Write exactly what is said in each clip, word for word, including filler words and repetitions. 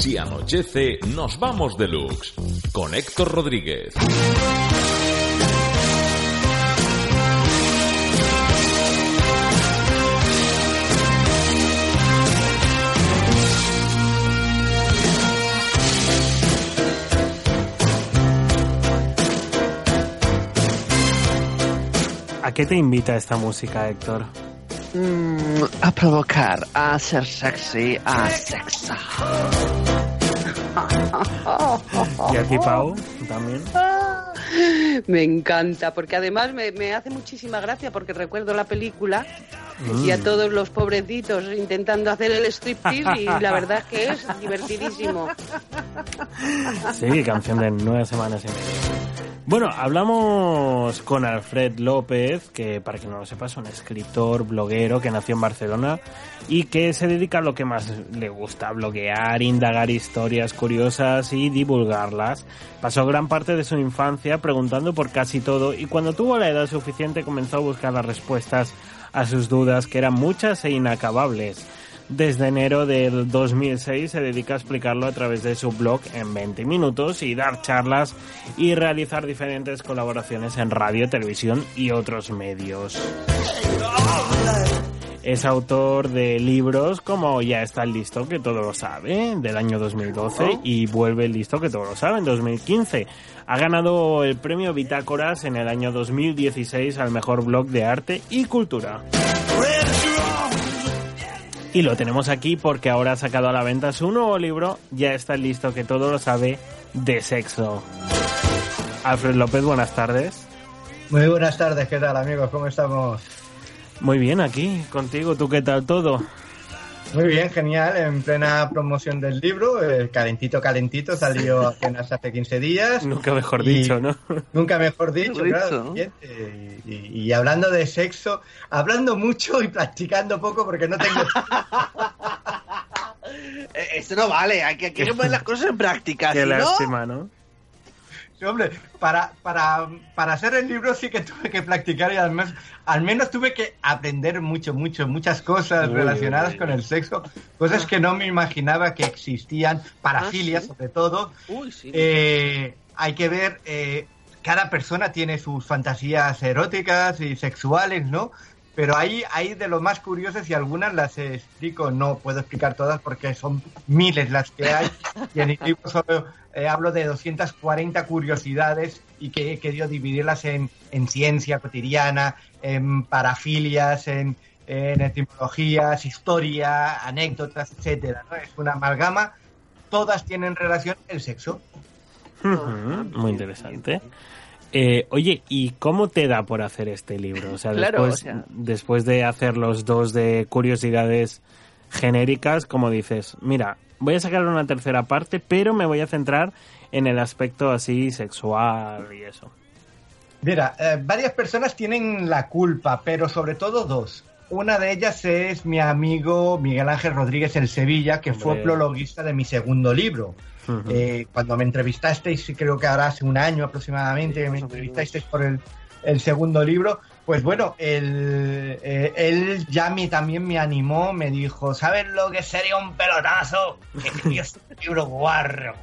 Si anochece, nos vamos deluxe. Con Héctor Rodríguez. ¿A qué te invita esta música, Héctor? Mm, a provocar, a ser sexy, a sexar. ¿Y a ti, Pau, también? Me encanta, porque además me, me hace muchísima gracia, porque recuerdo la película mm. y a todos los pobrecitos intentando hacer el striptease y la verdad es que es divertidísimo. Sí, canción de nueve semanas y media. Bueno, hablamos con Alfred López, que para quien no lo sepa es un escritor, bloguero que nació en Barcelona y que se dedica a lo que más le gusta, bloguear, indagar historias curiosas y divulgarlas. Pasó gran parte de su infancia preguntando por casi todo y cuando tuvo la edad suficiente comenzó a buscar las respuestas a sus dudas, que eran muchas e inacabables. Desde enero del dos mil seis se dedica a explicarlo a través de su blog en veinte minutos y dar charlas y realizar diferentes colaboraciones en radio, televisión y otros medios. Es autor de libros como Ya está el listo que todo lo sabe, del año dos mil doce, y Vuelve el listo que todo lo sabe, en dos mil quince. Ha ganado el premio Bitácoras en el año dos mil dieciséis al mejor blog de arte y cultura. Y lo tenemos aquí porque ahora ha sacado a la venta su nuevo libro, Ya está el listo que todo lo sabe, de sexo. Alfred López, buenas tardes. Muy buenas tardes, ¿qué tal, amigos? ¿Cómo estamos? Muy bien, aquí contigo. ¿Tú qué tal todo? Muy bien, genial, en plena promoción del libro, eh, calentito, calentito, salió apenas hace quince días. Nunca mejor dicho, ¿no? Nunca mejor dicho, claro. Y, y, y hablando de sexo, hablando mucho y practicando poco porque no tengo... Esto no vale, hay que, hay que poner las cosas en práctica. Qué ¿sí, lástima, ¿no? ¿no? Sí, hombre, para, para, para hacer el libro sí que tuve que practicar y además al menos tuve que aprender mucho, mucho, muchas cosas uy, relacionadas uy, uy. con el sexo, cosas ah. que no me imaginaba que existían, parafilia ah, ¿sí? sobre todo. Uy, sí. eh, hay que ver, eh, cada persona tiene sus fantasías eróticas y sexuales, ¿no? Pero hay, hay de lo más curiosas y algunas las explico, no puedo explicar todas porque son miles las que hay y en el libro solo eh, hablo de doscientas cuarenta curiosidades y que he querido dividirlas en, en ciencia cotidiana, en parafilias, en, en etimologías, historia, anécdotas, etcétera, ¿no? Es una amalgama, todas tienen relación el sexo. Uh-huh, muy interesante. Eh, oye, ¿y cómo te da por hacer este libro? O sea, claro, después, o sea... después de hacer los dos de curiosidades genéricas, como dices, mira, voy a sacar una tercera parte, pero me voy a centrar en el aspecto así sexual y eso. Mira, eh, varias personas tienen la culpa, pero sobre todo dos. Una de ellas es mi amigo Miguel Ángel Rodríguez en Sevilla, que Hombre. fue prologuista de mi segundo libro. Uh-huh. Eh, cuando me entrevistasteis, creo que ahora hace un año aproximadamente, me entrevistasteis por el, el segundo libro, pues bueno, él, eh, él ya me, también me animó, me dijo, ¿sabes lo que sería un pelotazo? Que escribías un libro guarro.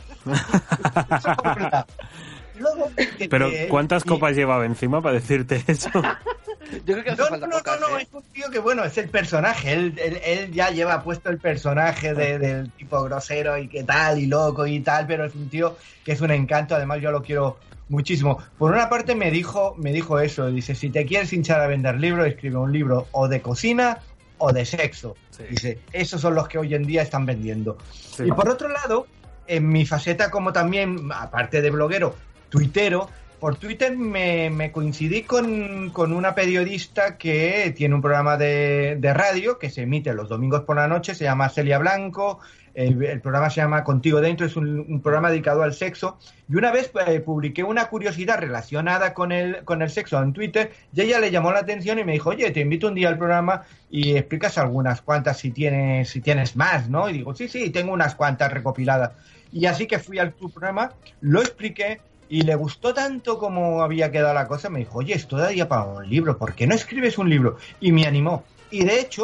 Luego, Pero ¿cuántas y... copas llevaba encima para decirte eso? Yo creo que hace no, falta no, pocas, no, no, ¿eh? es un tío que, bueno, es el personaje. Él, él, él ya lleva puesto el personaje de, del tipo grosero y qué tal, y loco y tal, pero es un tío que es un encanto. Además, yo lo quiero muchísimo. Por una parte, me dijo, me dijo eso. Dice, si te quieres hinchar a vender libros, escribe un libro o de cocina o de sexo. Sí. Dice, esos son los que hoy en día están vendiendo. Sí. Y por otro lado, en mi faceta como también, aparte de bloguero, tuitero, por Twitter me, me coincidí con, con una periodista que tiene un programa de, de radio que se emite los domingos por la noche, se llama Celia Blanco, el, el programa se llama Contigo Dentro, es un, un programa dedicado al sexo, y una vez eh, publiqué una curiosidad relacionada con el, con el sexo en Twitter, y ella le llamó la atención y me dijo, oye, te invito un día al programa y explicas algunas cuantas si tienes, si tienes más, ¿no? Y digo, sí, sí, tengo unas cuantas recopiladas. Y así que fui al tu programa, lo expliqué, y le gustó tanto como había quedado la cosa, me dijo, oye, esto daría para un libro, ¿por qué no escribes un libro? Y me animó. Y de hecho,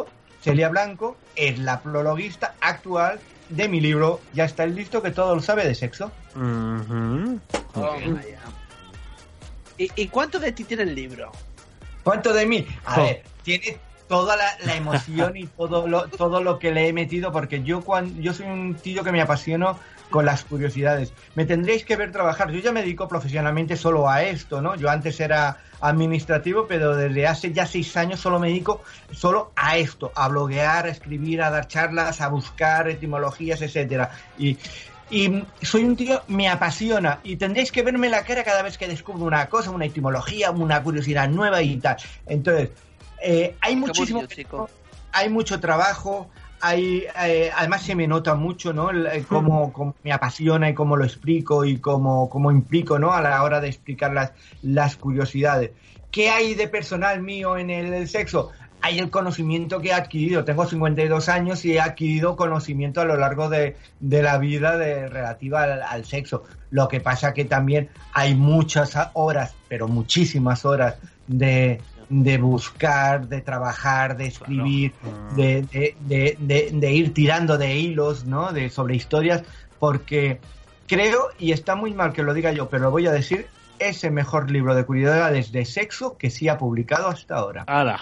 Celia Blanco es la prologuista actual de mi libro Ya está el listo que todo lo sabe de sexo. Uh-huh. Oh, vaya. ¿Y, ¿Y cuánto de ti tiene el libro? ¿Cuánto de mí? A Oh. ver, tiene toda la, la emoción y todo lo, todo lo que le he metido, porque yo cuando yo soy un tío que me apasiono con las curiosidades. Me tendréis que ver trabajar. Yo ya me dedico profesionalmente solo a esto, ¿no? Yo antes era administrativo, pero desde hace ya seis años solo me dedico solo a esto, a bloguear, a escribir, a dar charlas, a buscar etimologías, etcétera. Y Y soy un tío, me apasiona, y tendréis que verme la cara cada vez que descubro una cosa, una etimología, una curiosidad nueva y tal. Entonces, eh, hay muchísimo, bonito, chico. hay mucho trabajo, hay, eh, además se me nota mucho, ¿no? El, el cómo, cómo me apasiona y cómo lo explico y cómo, cómo implico, ¿no? A la hora de explicar las, las curiosidades. ¿Qué hay de personal mío en el, el sexo? Hay el conocimiento que he adquirido. Tengo cincuenta y dos años y he adquirido conocimiento a lo largo de, de la vida de, relativa al, al sexo. Lo que pasa que también hay muchas horas, pero muchísimas horas de, de buscar, de trabajar, de escribir, de, de, de, de, de ir tirando de hilos, ¿no? De, sobre historias, porque creo, y está muy mal que lo diga yo, pero lo voy a decir, es el mejor libro de curiosidades de sexo que sí ha publicado hasta ahora. ¡Hala!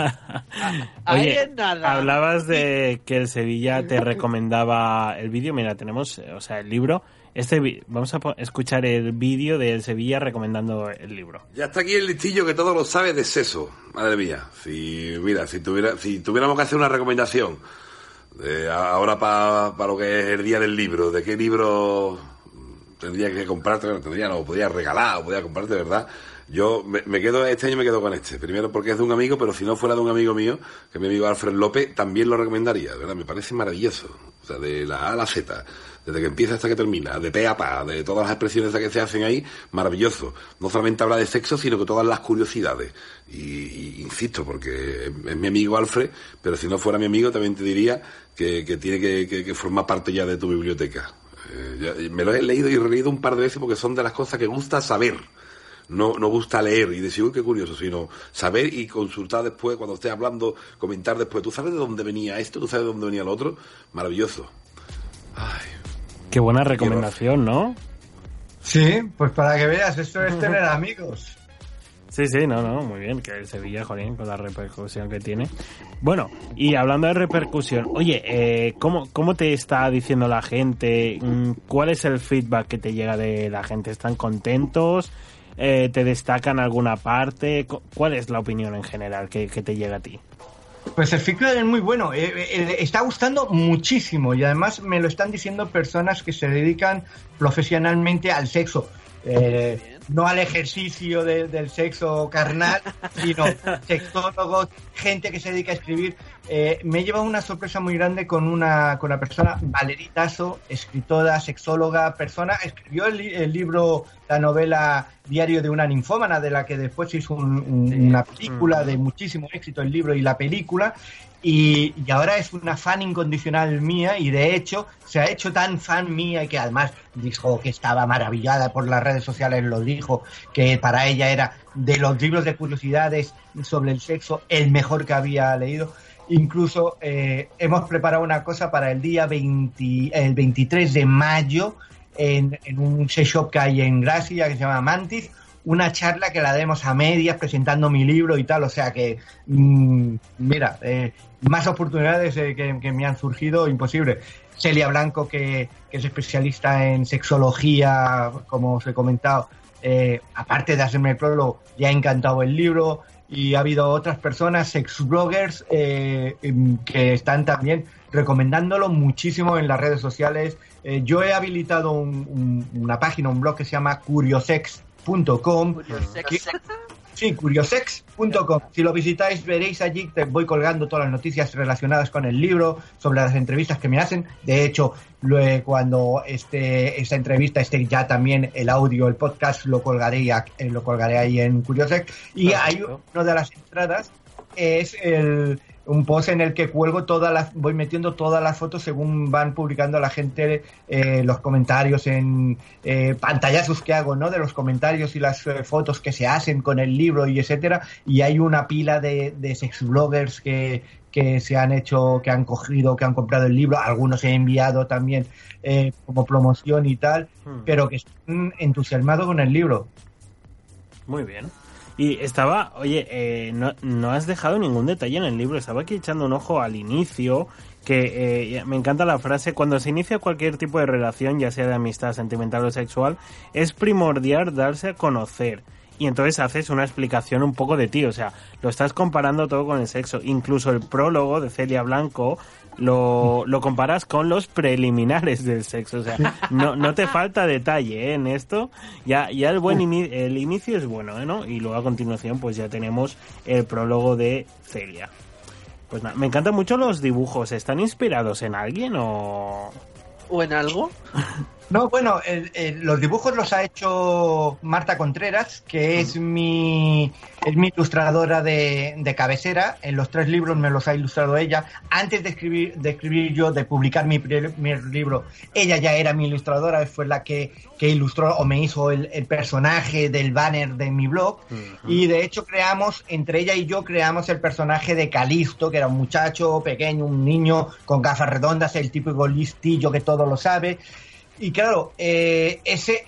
Ahí Oye, es nada. hablabas de que el Sevilla te recomendaba el vídeo. Mira, tenemos, o sea, el libro. Este vi- Vamos a po- escuchar el vídeo de El Sevilla recomendando el libro. Ya está aquí el listillo que todo lo sabe de sexo. Madre mía. Si, mira, si, tuviera, si tuviéramos que hacer una recomendación de ahora para pa lo que es el día del libro, de qué libro tendría que comprarte, tendría, no, podría regalar, o podría comprarte, de verdad. Yo me, me quedo, este año me quedo con este. Primero porque es de un amigo, pero si no fuera de un amigo mío, que es mi amigo Alfred López, también lo recomendaría, de verdad. Me parece maravilloso. O sea, de la A a la Z, desde que empieza hasta que termina, de pe a pa, de todas las expresiones que se hacen ahí, maravilloso. No solamente habla de sexo, sino que todas las curiosidades. Y, y insisto, porque es, es mi amigo Alfred, pero si no fuera mi amigo también te diría que, que tiene que, que, que formar parte ya de tu biblioteca. Eh, ya, me lo he leído y releído un par de veces porque son de las cosas que gusta saber. No, no gusta leer y decir, uy, qué curioso, sino saber y consultar después, cuando estés hablando, comentar después. ¿Tú sabes de dónde venía esto? ¿Tú sabes de dónde venía lo otro? Maravilloso. Ay. Qué buena recomendación, ¿no? Sí, pues para que veas, esto es tener amigos. Sí, sí, no, no, muy bien, que el Sevilla, jolín, con la repercusión que tiene. Bueno, y hablando de repercusión, oye, eh, ¿cómo, ¿cómo te está diciendo la gente? ¿Cuál es el feedback que te llega de la gente? ¿Están contentos? Eh, ¿Te destacan alguna parte? ¿Cuál es la opinión en general que, que te llega a ti? Pues el feedback es muy bueno, eh, eh, está gustando muchísimo y además me lo están diciendo personas que se dedican profesionalmente al sexo. Eh, no al ejercicio de, del sexo carnal, sino sexólogos, gente que se dedica a escribir. Eh, me he llevado una sorpresa muy grande con una con la persona, Valerie Tasso, escritora, sexóloga, persona, escribió el, el libro, la novela Diario de una ninfómana, de la que después se hizo un, un, una película de muchísimo éxito, el libro y la película. Y, y ahora es una fan incondicional mía y de hecho se ha hecho tan fan mía y que además dijo que estaba maravillada por las redes sociales, lo dijo, que para ella era de los libros de curiosidades sobre el sexo el mejor que había leído. Incluso eh, hemos preparado una cosa para el día veinte, el veintitrés de mayo en, en un sex shop que hay en Gracia que se llama Mantis, una charla que la demos a medias presentando mi libro y tal, o sea que mmm, mira, eh, más oportunidades eh, que, que me han surgido, imposible. Celia Blanco, que, que es especialista en sexología, como os he comentado, eh, aparte de hacerme el prólogo, ya ha encantado el libro, y ha habido otras personas, sex bloggers, eh, que están también recomendándolo muchísimo en las redes sociales. Eh, yo he habilitado un, un, una página, un blog que se llama curiosex punto com. Curiosex. Sí, curiosex punto com. Si lo visitáis veréis allí, te voy colgando todas las noticias relacionadas con el libro, sobre las entrevistas que me hacen. De hecho, luego, cuando este, esta entrevista esté ya también el audio, el podcast, lo colgaré, lo colgaré ahí en Curiosex. Y hay una de las entradas, es el, un post en el que cuelgo todas las, voy metiendo todas las fotos según van publicando la gente eh, los comentarios en eh, pantallazos que hago, ¿no? De los comentarios y las eh, fotos que se hacen con el libro y etcétera. Y hay una pila de, de sex bloggers que, que se han hecho, que han cogido, que han comprado el libro. Algunos he enviado también eh, como promoción y tal, hmm. pero que están entusiasmados con el libro. Muy bien. Y estaba, oye, eh, no, no has dejado ningún detalle en el libro. Estaba aquí echando un ojo al inicio, que eh, me encanta la frase: cuando se inicia cualquier tipo de relación, ya sea de amistad, sentimental o sexual, es primordial darse a conocer. Y entonces haces una explicación un poco de ti, o sea, lo estás comparando todo con el sexo. Incluso el prólogo de Celia Blanco lo, lo comparas con los preliminares del sexo, o sea, no, no te falta detalle, ¿eh? En esto. Ya, ya el buen ini- el inicio es bueno, ¿eh? ¿No? Y luego a continuación pues ya tenemos el prólogo de Celia. Pues nada, me encantan mucho los dibujos. ¿Están inspirados en alguien o...? ¿O en algo? No, bueno, el, el, los dibujos los ha hecho Marta Contreras, que es mi, es mi ilustradora de, de cabecera. En los tres libros me los ha ilustrado ella. Antes de escribir, de escribir yo, de publicar mi primer libro, ella ya era mi ilustradora, fue la que, que ilustró o me hizo el, el personaje del banner de mi blog. Uh-huh. Y de hecho creamos, entre ella y yo, creamos el personaje de Calisto, que era un muchacho pequeño, un niño con gafas redondas, el típico listillo que todo lo sabe. Y claro, eh, ese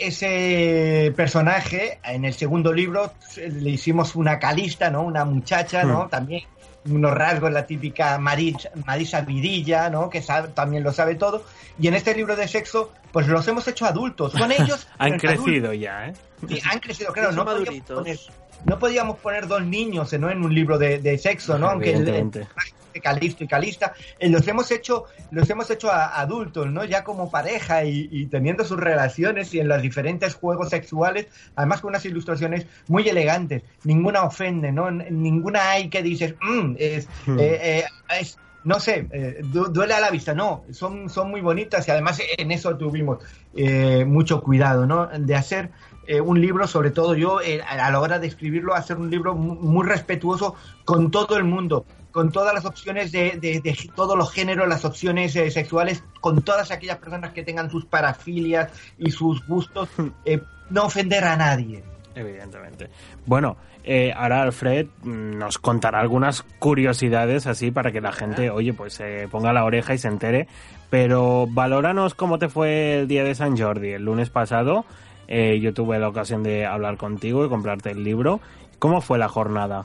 ese personaje, en el segundo libro, le hicimos una Calista, ¿no? Una muchacha, ¿no? Mm. También unos rasgos, la típica Marisa, Marisa Vidilla, ¿no? Que sabe, también lo sabe todo. Y en este libro de sexo, pues los hemos hecho adultos. Con ellos... han crecido adultos. Ya, ¿eh? Sí, han crecido, claro. No podíamos, poner, no podíamos poner dos niños, ¿no? En un libro de, de sexo, ¿no? Aunque el, el, de Calisto y Calista, eh, los hemos hecho los hemos hecho a adultos, ¿no? Ya como pareja y, y teniendo sus relaciones y en los diferentes juegos sexuales, además con unas ilustraciones muy elegantes, ninguna ofende, ¿no? Ninguna hay que dices, mmm, es, hmm. eh, eh, es no sé, eh, du- duele a la vista, no, son, son muy bonitas y además en eso tuvimos eh, mucho cuidado, ¿no? De hacer eh, un libro, sobre todo yo, eh, a la hora de escribirlo, hacer un libro muy, muy respetuoso con todo el mundo, con todas las opciones de, de, de todos los géneros, las opciones eh, sexuales, con todas aquellas personas que tengan sus parafilias y sus gustos, eh, no ofender a nadie. Evidentemente. Bueno, eh, ahora Alfred nos contará algunas curiosidades así para que la gente, oye, pues se eh, ponga la oreja y se entere. Pero valóranos cómo te fue el día de San Jordi, el lunes pasado. Eh, yo tuve la ocasión de hablar contigo y comprarte el libro. ¿Cómo fue la jornada?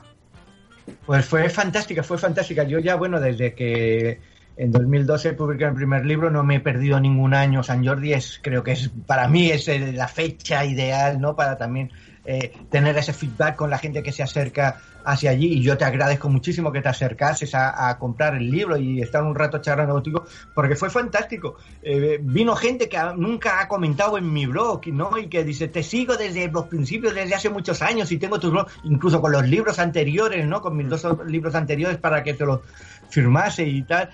Pues fue fantástica, fue fantástica. Yo ya, bueno, desde que en dos mil doce publiqué el primer libro, no me he perdido ningún año. San Jordi es, creo que es, para mí es la fecha ideal, ¿no? Para también eh, tener ese feedback con la gente que se acerca hacia allí. Y yo te agradezco muchísimo que te acercases a, a comprar el libro y estar un rato charlando contigo, porque fue fantástico. Eh, vino gente que nunca ha comentado en mi blog, ¿no? Y que dice, te sigo desde los principios, desde hace muchos años, y tengo tus blogs, incluso con los libros anteriores, ¿no? Con mis dos libros anteriores para que te los firmase y tal.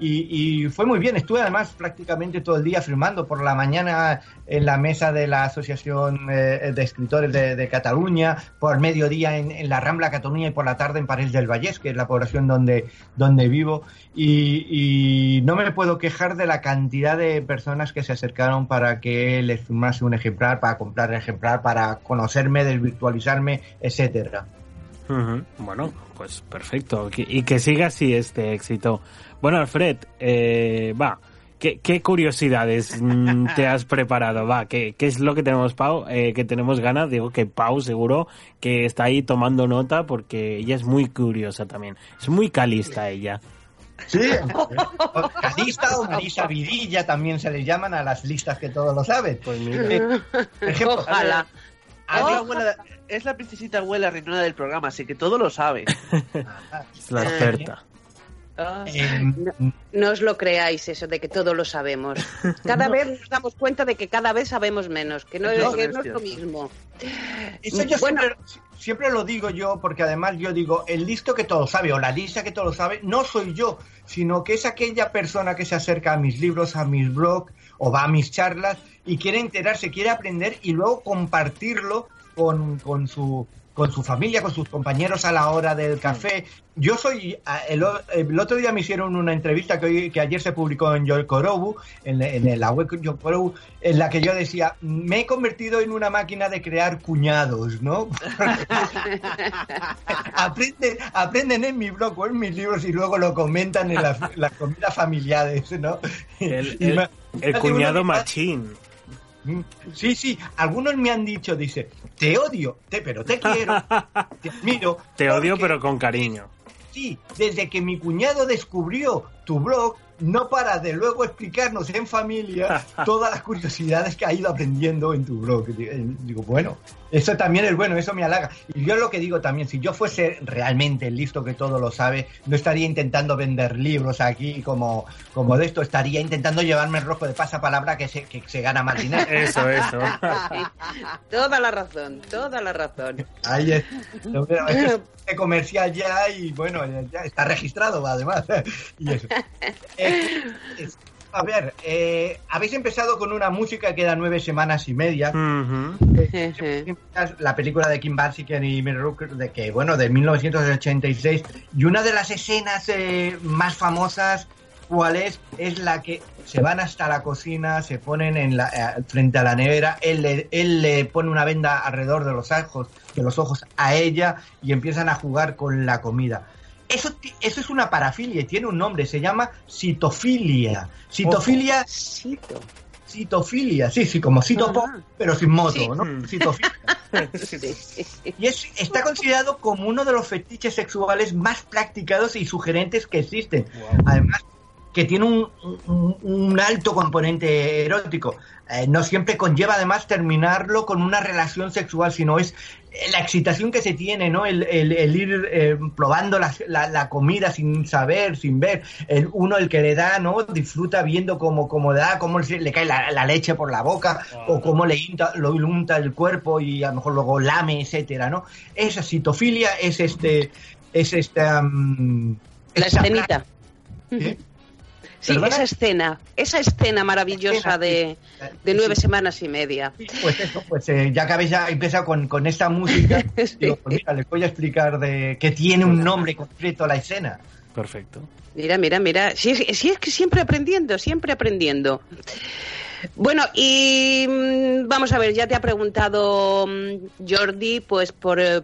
Y, y fue muy bien, estuve además prácticamente todo el día firmando, por la mañana en la mesa de la Asociación eh, de Escritores de, de Cataluña, por mediodía en, en la Rambla Cataluña y por la tarde en París del Vallès, que es la población donde, donde vivo, y, y no me puedo quejar de la cantidad de personas que se acercaron para que les firmase un ejemplar, para comprar el ejemplar, para conocerme, desvirtualizarme, etcétera. Uh-huh. Bueno, pues perfecto, y que siga así este éxito. Bueno, Alfred, eh, va, ¿qué, qué curiosidades te has preparado? Va, ¿qué, qué es lo que tenemos, Pau? Eh, que tenemos ganas, digo que Pau seguro que está ahí tomando nota porque ella es muy curiosa también, es muy calista ella. Sí, Calista o Marisa Vidilla también se les llaman a las listas que todos lo saben. Pues mira. Eh, por ejemplo, ojalá. Es la, abuela, es la princesita abuela reinona del programa, así que todo lo sabe. Es la experta. Eh, no, no os lo creáis eso de que todo lo sabemos. Cada no. vez nos damos cuenta de que cada vez sabemos menos, que no, no, que no es lo mismo. Eso yo bueno, siempre, siempre lo digo yo, porque además yo digo, el listo que todo sabe, o la lista que todo lo sabe, no soy yo, sino que es aquella persona que se acerca a mis libros, a mis blogs, o va a mis charlas, y quiere enterarse, quiere aprender, y luego compartirlo con, con su... con su familia, con sus compañeros a la hora del café. Yo soy, el, el otro día me hicieron una entrevista que, hoy, que ayer se publicó en Yokorobu, en, en la web Yokorobu, en la que yo decía, me he convertido en una máquina de crear cuñados, ¿no? aprenden, aprenden en mi blog o en mis libros y luego lo comentan en las, las comidas familiares, ¿no? El, el, me, el cuñado machín. Sí, sí, algunos me han dicho, dice, te odio, te, pero te quiero, te admiro. Te odio, porque, pero con cariño. Sí, desde que mi cuñado descubrió tu blog, no para de luego explicarnos en familia todas las curiosidades que ha ido aprendiendo en tu blog. Digo, bueno, eso también es bueno, eso me halaga. Y yo lo que digo también, si yo fuese realmente el listo que todo lo sabe, no estaría intentando vender libros aquí como, como de esto, estaría intentando llevarme el rojo de pasapalabra que se, que se gana más dinero. Eso, eso. Toda la razón, toda la razón. Ahí es. Es comercial ya y bueno, ya está registrado además. Y eso. Eh, es, a ver, eh, habéis empezado con una música que da nueve semanas y media. Uh-huh. eh, la película de Kim Basinger y Mel Brooks, de que bueno, de mil novecientos ochenta y seis, y una de las escenas eh, más famosas, ¿cuál es? Es la que se van hasta la cocina, se ponen en la, eh, frente a la nevera, él le, él le pone una venda alrededor de los ojos, de los ojos a ella y empiezan a jugar con la comida. Eso, eso es una parafilia y tiene un nombre, se llama citofilia. Citofilia. Oh, cito. Citofilia, sí, sí, como citopo, uh-huh. pero sin moto, sí. ¿no? Citofilia. Y es, está considerado como uno de los fetiches sexuales más practicados y sugerentes que existen. Wow. Además, que tiene un, un, un alto componente erótico. Eh, no siempre conlleva además terminarlo con una relación sexual, sino es la excitación que se tiene, ¿no? El, el, el ir eh, probando la, la, la comida sin saber, sin ver. El, uno el que le da, ¿no? Disfruta viendo cómo, cómo da, cómo le cae la, la leche por la boca, oh, o cómo le unta, lo unta el cuerpo y a lo mejor luego lame, etcétera, ¿no? Esa citofilia es este... es esta... Um, la escenita. ¿Sí? Sí, ¿Perdona? esa escena, esa escena maravillosa escena, de, de nueve sí. semanas y media. Sí, pues eso, pues eh, ya que habéis ya empezado con, con esta música, sí. digo, pues mira, les voy a explicar de que tiene un nombre concreto la escena. Perfecto. Mira, mira, mira, si sí, sí, es que siempre aprendiendo, siempre aprendiendo. Bueno, y vamos a ver, ya te ha preguntado Jordi, pues por eh,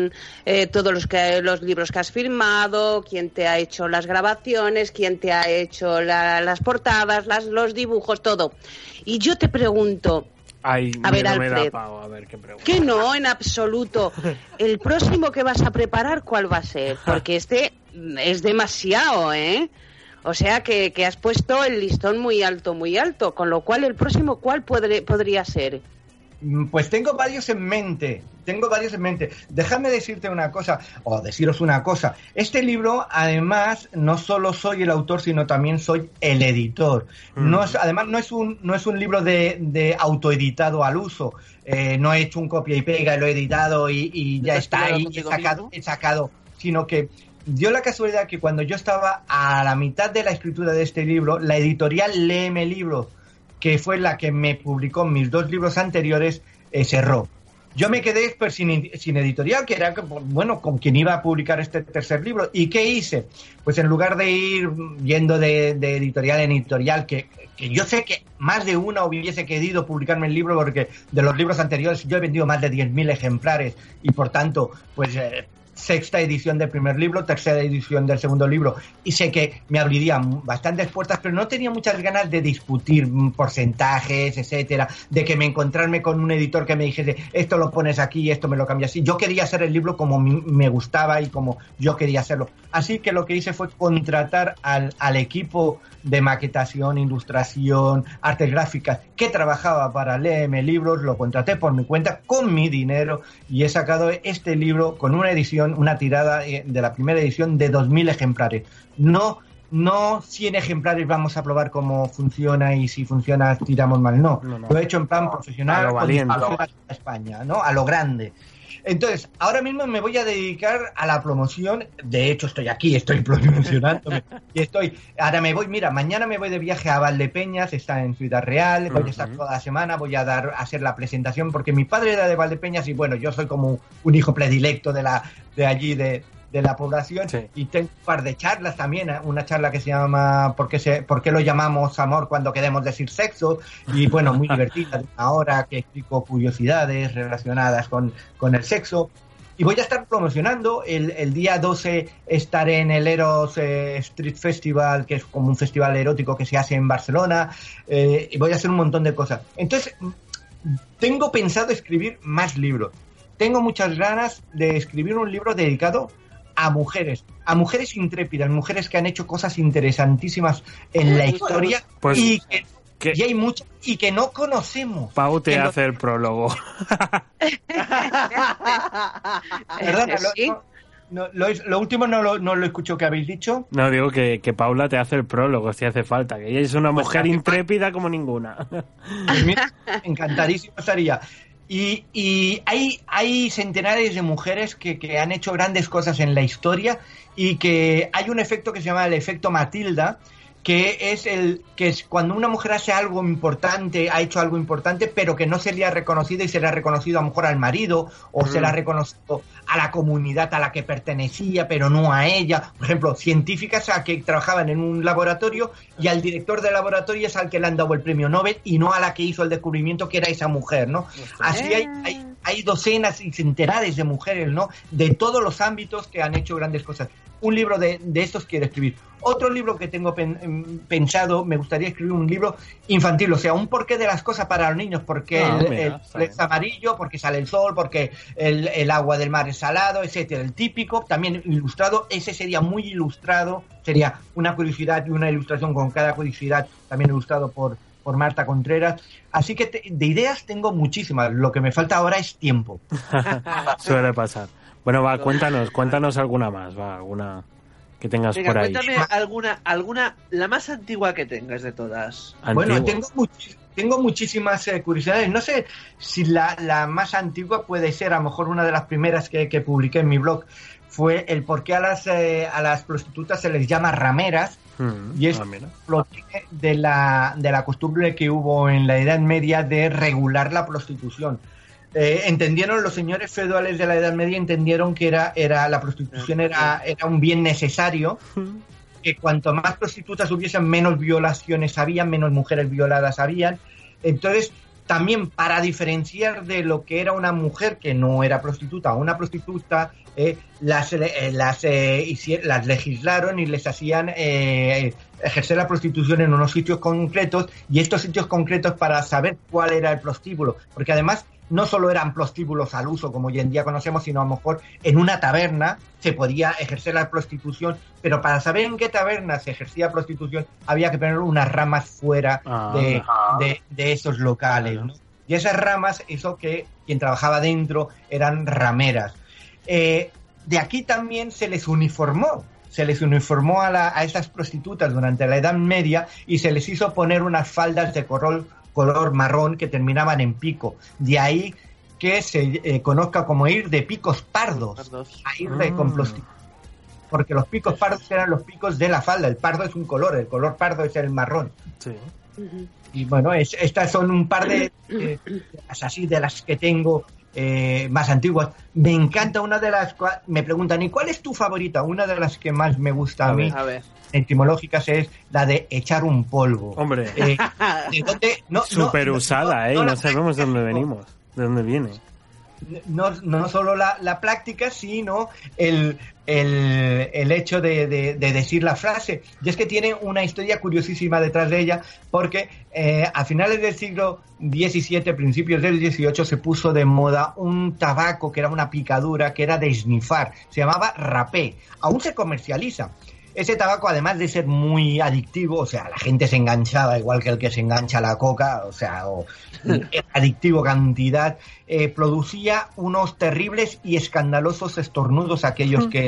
eh, todos los, que, los libros que has firmado, quién te ha hecho las grabaciones, quién te ha hecho la, las portadas, las, los dibujos, todo. Y yo te pregunto, Ay, a ver, no Alfred, me da pavo, a ver qué pregunta. Que no, en absoluto. El próximo que vas a preparar, ¿cuál va a ser? Porque este es demasiado, ¿eh? O sea que, que has puesto el listón muy alto, muy alto, con lo cual el próximo, ¿cuál podré, podría ser? Pues tengo varios en mente, tengo varios en mente. Déjame decirte una cosa, o deciros una cosa. Este libro, además, no solo soy el autor, sino también soy el editor. Mm. No es, además, no es un no es un libro de, de autoeditado al uso. Eh, no he hecho un copia y pega, lo he editado y, y ya está ahí, he sacado, he sacado, sino que dio la casualidad que cuando yo estaba a la mitad de la escritura de este libro, la editorial Léeme Libros, que fue la que me publicó mis dos libros anteriores, eh, cerró. Yo me quedé pues, sin, sin editorial, que era, bueno, con quien iba a publicar este tercer libro. ¿Y qué hice? Pues en lugar de ir yendo de, de editorial en editorial, que, que yo sé que más de una hubiese querido publicarme el libro, porque de los libros anteriores yo he vendido más de diez mil ejemplares y por tanto, pues... Eh, sexta edición del primer libro, tercera edición del segundo libro, y sé que me abrirían bastantes puertas, pero no tenía muchas ganas de discutir porcentajes, etcétera, de que me encontrarme con un editor que me dijese, esto lo pones aquí, esto me lo cambias así. Yo quería hacer el libro como me gustaba y como yo quería hacerlo. Así que lo que hice fue contratar al, al equipo de maquetación, ilustración, artes gráficas que trabajaba para Léeme Libros, lo contraté por mi cuenta, con mi dinero, y he sacado este libro con una edición, una tirada de la primera edición de dos mil ejemplares. No, no cien ejemplares, vamos a probar cómo funciona y si funciona tiramos mal, no. no, no. Lo he hecho en plan profesional, a lo valiente, con a España, ¿no? A lo grande. Entonces, ahora mismo me voy a dedicar a la promoción. De hecho, estoy aquí, estoy promocionándome. y estoy, ahora me voy, mira, mañana me voy de viaje a Valdepeñas, está en Ciudad Real, voy a estar toda la semana, voy a dar a hacer la presentación, porque mi padre era de Valdepeñas y bueno, yo soy como un hijo predilecto de la de allí, de, de la población, sí. Y tengo un par de charlas también, ¿eh? Una charla que se llama ¿Por qué, se, ¿Por qué lo llamamos amor cuando queremos decir sexo? Y bueno, muy divertida, de una hora, que explico curiosidades relacionadas con, con el sexo. Y voy a estar promocionando, el, el día doce estaré en el Eros eh, Street Festival, que es como un festival erótico que se hace en Barcelona, eh, y voy a hacer un montón de cosas. Entonces, tengo pensado escribir más libros. Tengo muchas ganas de escribir un libro dedicado a mujeres, a mujeres intrépidas, mujeres que han hecho cosas interesantísimas en la historia, pues, y que, que y hay muchas y que no conocemos. Pau te que hace no... el prólogo. Perdona, ¿Sí? lo, no, lo, lo último no lo, no lo escucho que habéis dicho. No, digo que, que Paula te hace el prólogo si hace falta, que ella es una mujer pues intrépida como ninguna. Pues mira, encantadísimo estaría. Y, y hay, hay centenares de mujeres que, que han hecho grandes cosas en la historia, y que hay un efecto que se llama el efecto Matilda, que es el que es cuando una mujer hace algo importante, ha hecho algo importante, pero que no se le ha reconocido, y se le ha reconocido a lo mejor al marido, o mm. se le ha reconocido a la comunidad a la que pertenecía, pero no a ella. Por ejemplo, científicas a que trabajaban en un laboratorio, y al director del laboratorio es al que le han dado el premio Nobel, y no a la que hizo el descubrimiento, que era esa mujer, ¿no? Así hay, hay, hay docenas y centenares de mujeres, ¿no? De todos los ámbitos, que han hecho grandes cosas. Un libro de, de estos quiero escribir. Otro libro que tengo pen, pensado, me gustaría escribir un libro infantil, o sea, un porqué de las cosas para los niños, porque ah, el, mira, el es amarillo, porque sale el sol, porque el, el agua del mar es salado, etcétera. El típico, también ilustrado, ese sería muy ilustrado, sería una curiosidad y una ilustración con cada curiosidad, también ilustrado por, por Marta Contreras. Así que te, de ideas tengo muchísimas, lo que me falta ahora es tiempo. Suele pasar. Bueno, va, cuéntanos, cuéntanos alguna más, va, alguna que tengas Venga, por ahí. Cuéntame alguna, alguna, la más antigua que tengas de todas. Antigua. Bueno, tengo, much- tengo muchísimas eh, curiosidades. No sé si la, la más antigua puede ser, a lo mejor una de las primeras que, que publiqué en mi blog, fue el por qué a las, eh, a las prostitutas se les llama rameras. Mm, y es lo de la, de la costumbre que hubo en la Edad Media de regular la prostitución. Eh, entendieron los señores feudales de la Edad Media, entendieron que era, era la prostitución era, era un bien necesario, que cuanto más prostitutas hubiesen, menos violaciones habían, menos mujeres violadas habían. Entonces, también para diferenciar de lo que era una mujer que no era prostituta o una prostituta, eh, las, eh, las, eh, hicier- las legislaron y les hacían eh, ejercer la prostitución en unos sitios concretos, y estos sitios concretos para saber cuál era el prostíbulo, porque además no solo eran prostíbulos al uso como hoy en día conocemos, sino a lo mejor en una taberna se podía ejercer la prostitución, pero para saber en qué taberna se ejercía prostitución había que poner unas ramas fuera ah, de, de, de esos locales, ¿no? Y esas ramas, eso que quien trabajaba dentro eran rameras. Eh, de aquí también se les uniformó, se les uniformó a, la, a esas prostitutas durante la Edad Media, y se les hizo poner unas faldas de color color marrón que terminaban en pico. De ahí que se eh, conozca como ir de picos pardos, pardos. a ir de mm. con prostitutas. Porque los picos pardos eran los picos de la falda. El pardo es un color, el color pardo es el marrón. Sí. Y bueno, es, estas son un par de eh, así de las que tengo eh, más antiguas. Me encanta una de las... Me preguntan, ¿y cuál es tu favorita? Una de las que más me gusta a, a mí. A ver. Etimológicas es la de echar un polvo. Hombre, eh, ¿de dónde? No, súper no, usada, no, ¿eh? No, no sabemos de dónde venimos, de dónde viene. No, no solo la, la práctica, sino el, el, el hecho de, de, de decir la frase. Y es que tiene una historia curiosísima detrás de ella, porque eh, a finales del siglo diecisiete, principios del dieciocho, se puso de moda un tabaco que era una picadura, que era de esnifar. Se llamaba rapé. Aún se comercializa. Ese tabaco, además de ser muy adictivo, o sea, la gente se enganchaba igual que el que se engancha a la coca, o sea, o, adictivo cantidad, eh, producía unos terribles y escandalosos estornudos aquellos que,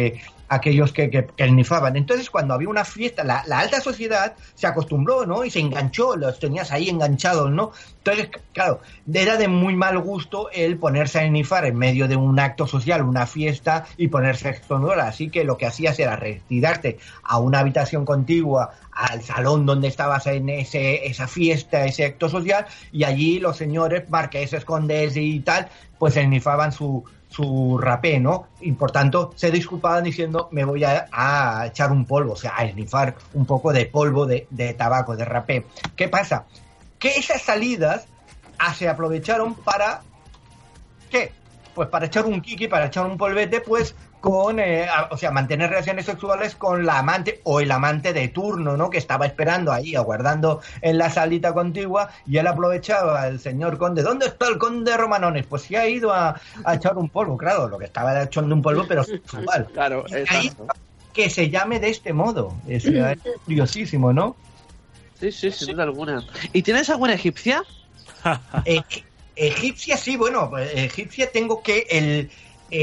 aquellos que, que, que nifaban. Entonces, cuando había una fiesta, la, la alta sociedad se acostumbró, ¿no? Y se enganchó, los tenías ahí enganchados, ¿no? Entonces, claro, era de muy mal gusto el ponerse a nifar en medio de un acto social, una fiesta, y ponerse sonora. Así que lo que hacías era retirarte a una habitación contigua, al salón donde estabas en ese, esa fiesta, ese acto social, y allí los señores, marqueses, condes y tal, pues ennifaban su su rapé, ¿no? Y por tanto se disculpaban diciendo me voy a, a echar un polvo, o sea, a esnifar un poco de polvo de, de tabaco, de rapé. ¿Qué pasa? Que esas salidas ah, se aprovecharon para ¿qué? Pues para echar un kiki, para echar un polvete, pues con, eh, o sea, mantener relaciones sexuales con la amante o el amante de turno, ¿no? Que estaba esperando ahí, aguardando en la salita contigua, y él aprovechaba, el señor conde, ¿dónde está el conde Romanones? Pues se ha ido a, a echar un polvo, claro, lo que estaba echando un polvo, pero sexual. Claro, ahí, que se llame de este modo, es, es curiosísimo, ¿no? Sí, sí, sin duda alguna. ¿Y tienes alguna egipcia? eh, egipcia, sí, bueno, pues, egipcia tengo que el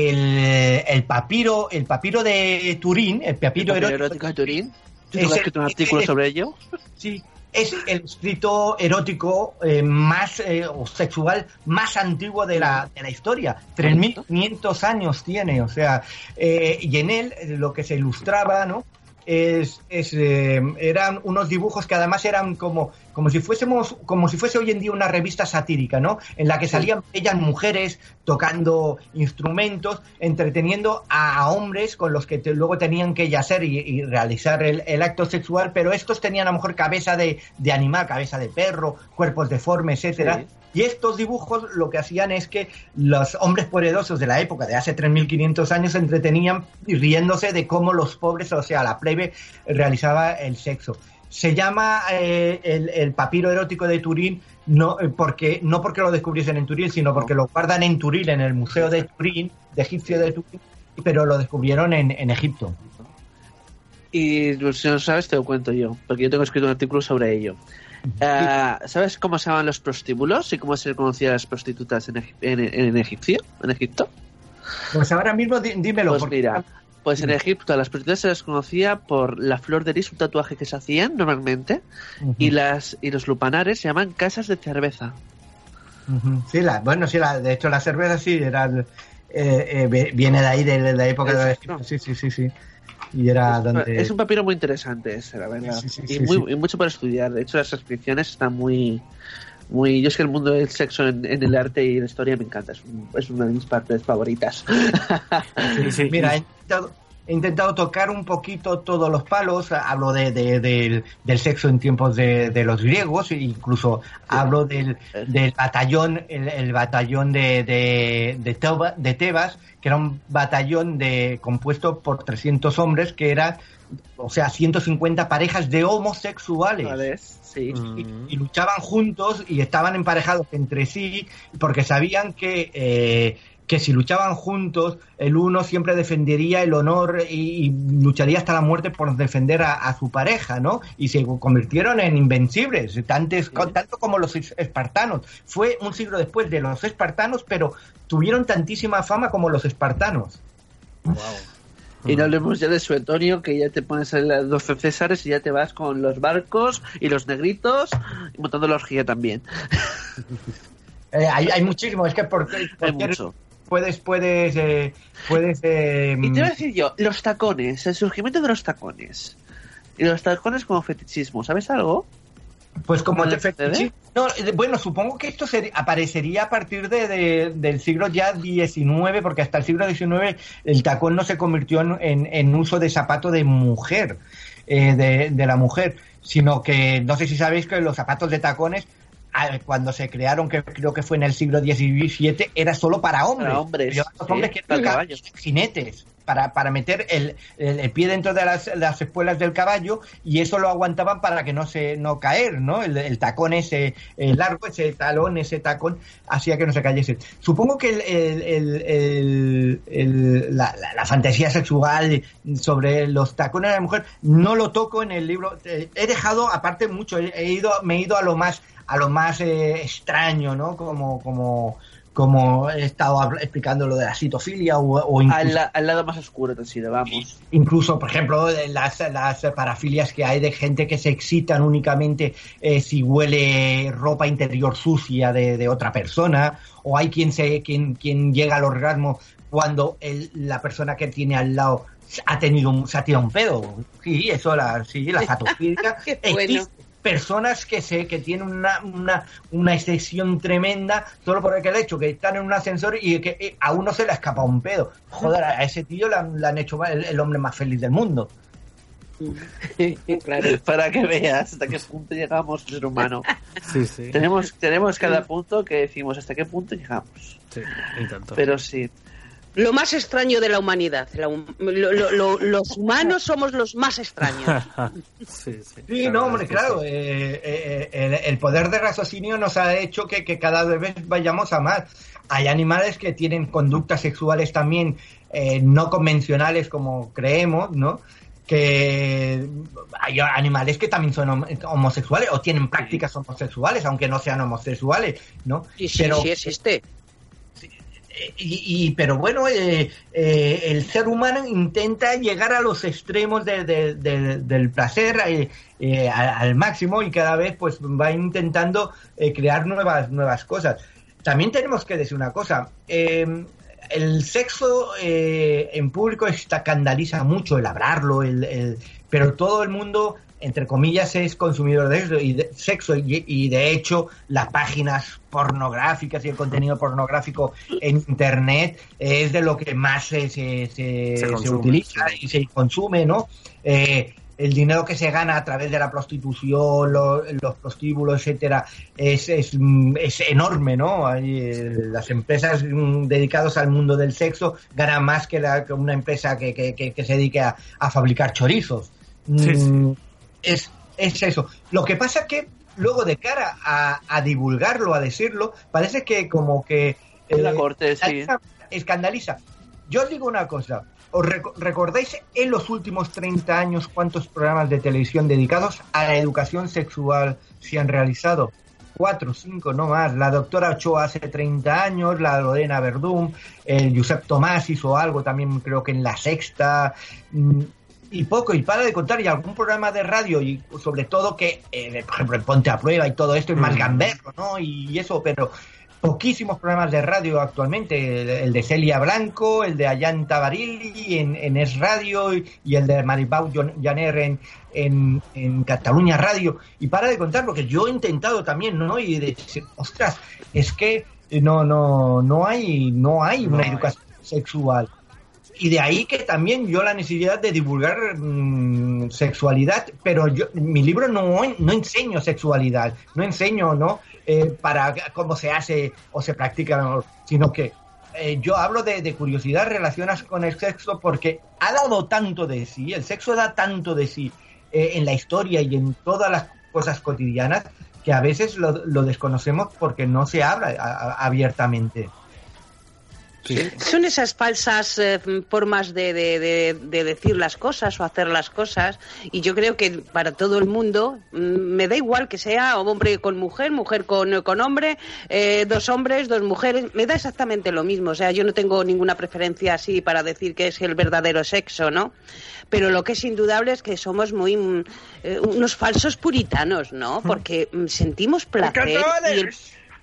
El, el papiro el papiro de Turín, el papiro, ¿El papiro erótico, erótico de Turín? ¿Tú es has escrito un el- artículo es- sobre ello? Sí, es el escrito erótico eh, más eh, o sexual más antiguo de la, de la historia. tres mil quinientos años tiene, o sea, eh, y en él eh, lo que se ilustraba, ¿no? Es, es, eh, eran unos dibujos que además eran como, como si fuésemos, como si fuese hoy en día una revista satírica, ¿no? En la que salían bellas mujeres tocando instrumentos, entreteniendo a, a hombres con los que te- luego tenían que yacer y, y realizar el, el acto sexual, pero estos tenían a lo mejor cabeza de, de animal, cabeza de perro, cuerpos deformes, etcétera. Sí. Y estos dibujos lo que hacían es que los hombres poderosos de la época, de hace tres mil quinientos años, se entretenían y riéndose de cómo los pobres, o sea, la plebe, realizaba el sexo. Se llama eh, el, el papiro erótico de Turín no eh, porque no porque lo descubriesen en Turín, sino porque lo guardan en Turín, en el Museo de Turín, de Egipcio de Turín, pero lo descubrieron en, en Egipto. Y pues, si no sabes, te lo cuento yo, porque yo tengo escrito un artículo sobre ello. Ah, ¿Sabes cómo se llaman los prostíbulos y cómo se conocían las prostitutas en, Egip- en, en egipcio, en Egipto? Pues ahora mismo di- dímelo. Pues porque- mira, pues en Egipto a las prostitutas se les conocía por la flor de lis, un tatuaje que se hacían normalmente, Ujú. y las y los lupanares se llaman casas de cerveza. Ujú. Sí, la, bueno, sí, la, de hecho la cerveza sí era eh, eh, vi- viene de ahí, de, de la época de la Exacto. sí, sí, sí, sí. Y era donde... Es un papiro muy interesante ese, la verdad. Sí, sí, y, sí, muy, sí. y mucho para estudiar. De hecho, las descripciones están muy... muy Yo es que el mundo del sexo en, en el arte y la historia me encanta. Es, un- es una de mis partes favoritas. Sí, sí. Mira, he intentado, he intentado tocar un poquito todos los palos. Hablo de, de- del, del sexo en tiempos de, de los griegos, e incluso hablo del, del batallón, el, el batallón de, de, de, Teba- de Tebas, que era un batallón de compuesto por trescientos hombres, que era, o sea, ciento cincuenta parejas de homosexuales. ¿Vale? Sí. Y, y luchaban juntos y estaban emparejados entre sí porque sabían que eh, que si luchaban juntos el uno siempre defendería el honor y, y lucharía hasta la muerte por defender a, a su pareja, ¿no? Y se convirtieron en invencibles, tantos, tanto como los espartanos. Fue un siglo después de los espartanos, pero tuvieron tantísima fama como los espartanos. Y no hablemos ya de Suetonio, que ya te pones a los doce Césares y ya te vas con los barcos y los negritos, y montando la orgía también. Eh, hay, hay muchísimo, es que por, Hay cualquier- mucho. puedes, puedes, eh, puedes. eh, Y te voy a decir yo, los tacones, el surgimiento de los tacones. Y los tacones como fetichismo, ¿sabes algo? Pues como ¿No te le fe- sucede? sí, no, eh, bueno, supongo que esto se- aparecería a partir de, de- del siglo ya diecinueve, porque hasta el siglo diecinueve el tacón no se convirtió en, en- en uso de zapato de mujer, eh, de, de la mujer, sino que no sé si sabéis que los zapatos de tacones, ah, cuando se crearon, que creo que fue en el siglo diecisiete, era solo para hombres. Para hombres, Llevaban los sí, hombres que para eran caballos. jinetes. Para, para meter el, el, el pie dentro de las, las espuelas del caballo, y eso lo aguantaban para que no se no caer, ¿no? El, el tacón ese eh, largo, ese talón, ese tacón, hacía que no se cayese. Supongo que el, el, el, el- el- la, la, la fantasía sexual sobre los tacones de la mujer no lo toco en el libro. Eh, He dejado aparte mucho, he, he ido, me he ido a lo más a lo más eh, extraño, ¿no? Como como como he estado habl- explicando lo de la citofilia o, o incluso, Al, la- al lado más oscuro te has ido, vamos. incluso, por ejemplo, las, las parafilias que hay de gente que se excitan únicamente eh, si huele ropa interior sucia de, de otra persona, o hay quien se quien, quien llega al orgasmo cuando el, la persona que tiene al lado ha tenido un, se ha tirado un pedo. Sí, eso, la, sí, la zoofilia. Qué bueno. Existe. Personas que se que tienen una, una, una excesión tremenda solo por el hecho que están en un ascensor y que eh, a uno se le ha escapado un pedo. Joder, a ese tío le han, le han hecho el, el hombre más feliz del mundo. Claro. Para que veas hasta qué punto llegamos, ser humano. Sí, sí. Tenemos, tenemos cada punto que decimos hasta qué punto llegamos. Sí, y tanto. Pero sí. Lo más extraño de la humanidad. La hum- lo- lo- lo- los humanos somos los más extraños. sí, sí. Sí, La no, verdad hombre, es que claro. sí. eh, eh, el, el poder de raciocinio nos ha hecho que, que cada vez vayamos a más. Hay animales que tienen conductas sexuales también eh, no convencionales como creemos, ¿no? Que hay animales que también son hom- homosexuales o tienen prácticas homosexuales, aunque no sean homosexuales, ¿no? Sí, sí, Pero- sí existe. Y, y- pero bueno, eh, eh, el ser humano intenta llegar a los extremos de- de- de- del placer eh, eh, al, al máximo y cada vez pues va intentando eh, crear nuevas nuevas cosas. También tenemos que decir una cosa. Eh, el sexo eh, en público escandaliza mucho el hablarlo, el, el- pero todo el mundo, entre comillas, es consumidor de, eso, y de sexo y, y de hecho las páginas pornográficas y el contenido pornográfico en internet es de lo que más se, se, se, Se se consume, utiliza sí. y se consume, ¿no? Eh, el dinero que se gana a través de la prostitución, lo- los prostíbulos, etcétera, es, es, mm, es enorme, ¿no? Hay, eh, las empresas mm, dedicadas al mundo del sexo ganan más que, la, que una empresa que, que, que, que se dedique a, a fabricar chorizos. Sí, sí. Mm, Es, es eso. Lo que pasa que luego de cara a, a divulgarlo, a decirlo, parece que como que... La corte, sí. escandaliza, escandaliza. Yo os digo una cosa. ¿Os rec- recordáis en los últimos treinta años cuántos programas de televisión dedicados a la educación sexual se han realizado? Cuatro, cinco, no más. La doctora Ochoa hace treinta años, la Lorena Verdún, el Josep Tomás hizo algo también, creo que en La Sexta, mm, y poco, y para de contar, y algún programa de radio, y sobre todo que, eh, por ejemplo, el Ponte a Prueba y todo esto es más Mm. gamberro, ¿no? Y eso, pero poquísimos programas de radio actualmente, el, el de Celia Blanco, el de Ayanta Barili en, en Es Radio y, y el de Maripau Janer en, en, en Cataluña Radio. Y para de contar, porque yo he intentado también, ¿no? Y decir, ostras, es que no, no, no hay, no hay una No hay. educación sexual. Y de ahí que también yo la necesidad de divulgar mmm, sexualidad, pero yo mi libro no, no enseño sexualidad, no enseño, ¿no? Eh, para cómo se hace o se practica, ¿no? Sino que eh, yo hablo de, de curiosidad relacionadas con el sexo porque ha dado tanto de sí, el sexo da tanto de sí eh, en la historia y en todas las cosas cotidianas que a veces lo, lo desconocemos porque no se habla a, a, abiertamente. Sí. Son esas falsas eh, formas de, de, de, de decir las cosas o hacer las cosas, y yo creo que para todo el mundo mm, me da igual que sea hombre con mujer, mujer con, con hombre, eh, dos hombres, dos mujeres, me da exactamente lo mismo. O sea, yo no tengo ninguna preferencia así para decir que es el verdadero sexo, ¿no? Pero lo que es indudable es que somos muy mm, eh, unos falsos puritanos, ¿no? Porque mm, sentimos placer y el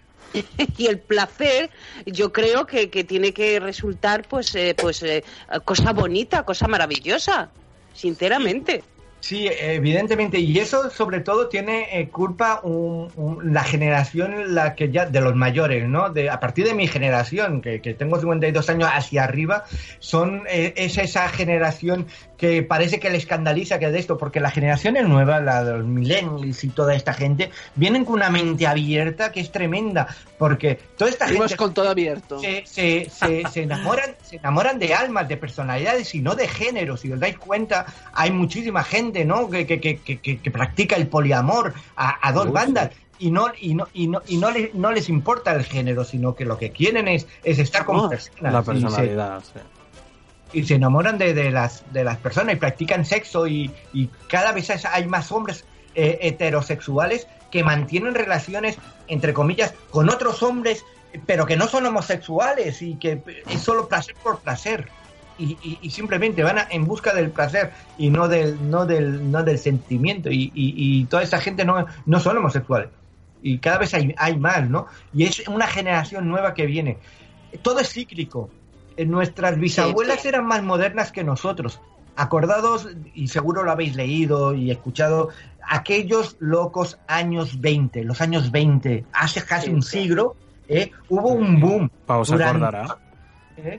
y el placer yo creo que, que tiene que resultar pues eh, pues eh, cosa bonita, cosa maravillosa, sinceramente. Sí, evidentemente, y eso sobre todo tiene eh, culpa un, un, la generación la que ya de los mayores, ¿no? De, a partir de mi generación, que, que tengo cincuenta y dos años hacia arriba, son eh, es esa generación que parece que le escandaliza que de esto, porque la generación es nueva, la de los millennials y toda esta gente, vienen con una mente abierta que es tremenda, porque toda esta Vivimos gente con todo abierto. se, se, se, se enamoran se enamoran de almas, de personalidades y no de género. Si os dais cuenta, hay muchísima gente, ¿no? que, que, que, que, que practica el poliamor a, a dos Uy, bandas. sí. Y no y no y no y no les no les importa el género, sino que lo que quieren es, es estar con Oh, personas. La Y se- personalidad, sí. y se enamoran de, de las de las personas y practican sexo y, y cada vez es- hay más hombres eh, heterosexuales que mantienen relaciones entre comillas con otros hombres pero que no son homosexuales y que es solo placer por placer. Y, y, y simplemente van a, en busca del placer y no del no del no del sentimiento y, y, y toda esa gente no, no son homosexuales y cada vez hay, hay más, ¿no? Y es una generación nueva que viene. Todo es cíclico. Nuestras bisabuelas sí, sí. eran más modernas que nosotros. Acordados, y seguro lo habéis leído y escuchado, aquellos locos años veinte, los años veinte, hace casi sí, un sí. siglo, ¿eh? Hubo un boom. Pausa, durante, acordará. ¿eh?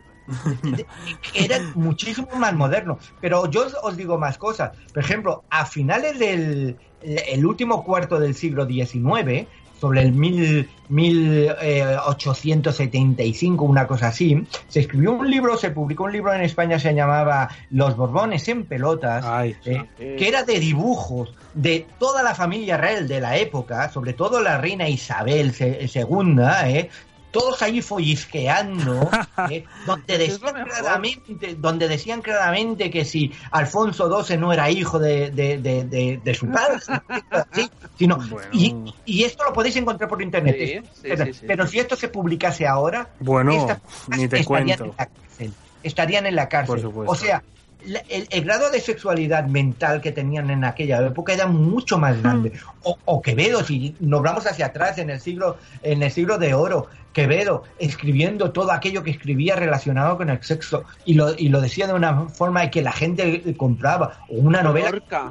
Eran muchísimo más modernos, pero yo os, os digo más cosas. Por ejemplo, a finales del el último cuarto del siglo diecinueve, sobre el mil, mil ochocientos setenta y cinco, una cosa así, se escribió un libro, se publicó un libro en España, se llamaba Los Borbones en pelotas, Ay, eh, sí. que era de dibujos de toda la familia real de la época, sobre todo la reina Isabel segunda, eh, todos ahí follisqueando, eh, donde decían claramente, donde decían claramente que si Alfonso doce no era hijo de, de, de, de, de su padre, ¿sí? sino, bueno. y, y esto lo podéis encontrar por internet. Sí, sí, pero, sí, sí, pero sí. si esto se publicase ahora, bueno, ni te estarían cuento. en la cárcel. Estarían en la cárcel. O sea, El, el grado de sexualidad mental que tenían en aquella época era mucho más grande. O, o Quevedo, si nos vamos hacia atrás en el siglo en el siglo de oro, Quevedo escribiendo todo aquello que escribía relacionado con el sexo y lo, y lo decía de una forma que la gente compraba, o una novela. Orca.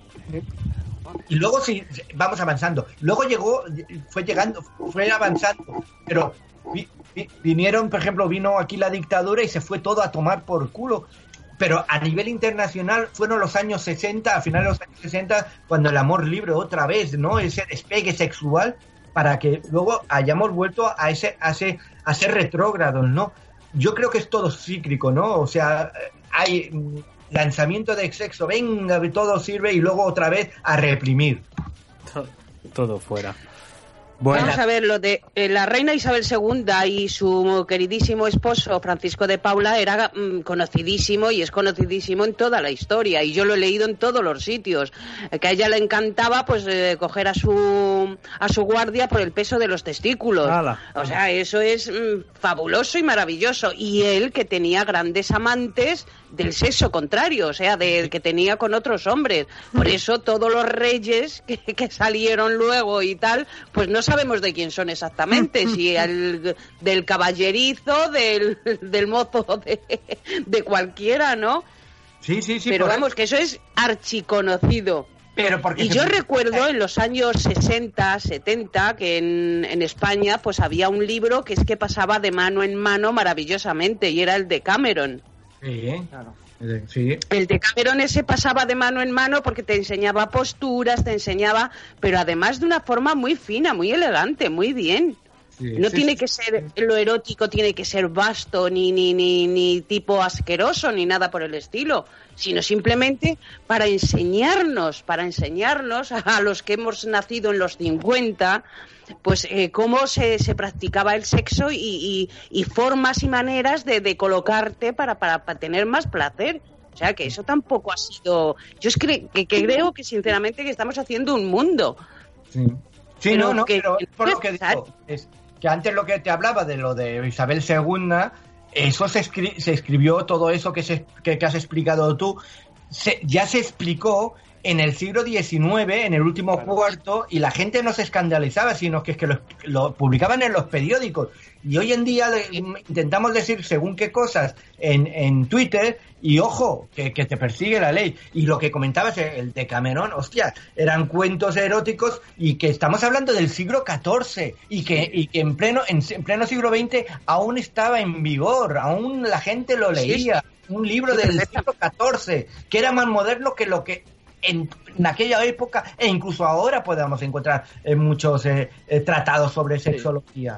Y luego si vamos avanzando, luego llegó, fue llegando, fue avanzando, pero vi, vi, vinieron, por ejemplo, vino aquí la dictadura y se fue todo a tomar por culo. Pero a nivel internacional fueron los años sesenta, a finales de los años sesenta, cuando el amor libre otra vez, ¿no? Ese despegue sexual, para que luego hayamos vuelto a ese, a ese, a ser retrógrados, ¿no? Yo creo que es todo cíclico, ¿no? O sea, hay lanzamiento de sexo, venga, todo sirve, y luego otra vez a reprimir. Todo, todo fuera. Bueno. Vamos a ver, lo de eh, la reina Isabel segunda y su queridísimo esposo Francisco de Paula era mm, conocidísimo y es conocidísimo en toda la historia, y yo lo he leído en todos los sitios, eh, que a ella le encantaba pues eh, coger a su a su guardia por el peso de los testículos. ¡Hala! O sea, eso es mm, fabuloso y maravilloso, y él que tenía grandes amantes del sexo contrario, o sea, de que tenía con otros hombres. Por eso todos los reyes que, que salieron luego y tal, pues no sabemos de quién son exactamente, si el del caballerizo, del, del mozo de, de cualquiera, ¿no? Sí, sí, sí. Pero vamos, que eso es archiconocido. Pero porque y yo recuerdo en los años sesenta, setenta, que en, en España pues había un libro que es que pasaba de mano en mano maravillosamente, y era el de Cameron. Sí, claro. Sí. El de Cameron ese pasaba de mano en mano porque te enseñaba posturas, te enseñaba, pero además de una forma muy fina, muy elegante, muy bien. Sí, no sí, tiene sí, que ser lo erótico, tiene que ser vasto, ni, ni, ni, ni tipo asqueroso, ni nada por el estilo, sino simplemente para enseñarnos, para enseñarnos a los que hemos nacido en los cincuenta, pues eh, cómo se, se practicaba el sexo y, y, y formas y maneras de, de colocarte para, para, para tener más placer. O sea, que eso tampoco ha sido... Yo es que, que, que creo que sinceramente que estamos haciendo un mundo. Sí, sí pero no, no, que, pero por lo que digo, es que antes lo que te hablaba de lo de Isabel segunda, eso se, escri- se escribió, todo eso que, se, que, que has explicado tú, se, ya se explicó en el siglo diecinueve, en el último claro. cuarto, y la gente no se escandalizaba, sino que es que lo, lo publicaban en los periódicos. Y hoy en día le, intentamos decir según qué cosas en, en Twitter, y ojo, que, que te persigue la ley. Y lo que comentabas, el de Cameron, hostia, eran cuentos eróticos, y que estamos hablando del siglo catorce, y que, y que en pleno en, en pleno siglo veinte aún estaba en vigor, aún la gente lo leía. Sí. Un libro sí, del siglo catorce, que era más moderno que lo que En, en aquella época, e incluso ahora podemos encontrar en muchos eh, eh, tratados sobre sexología.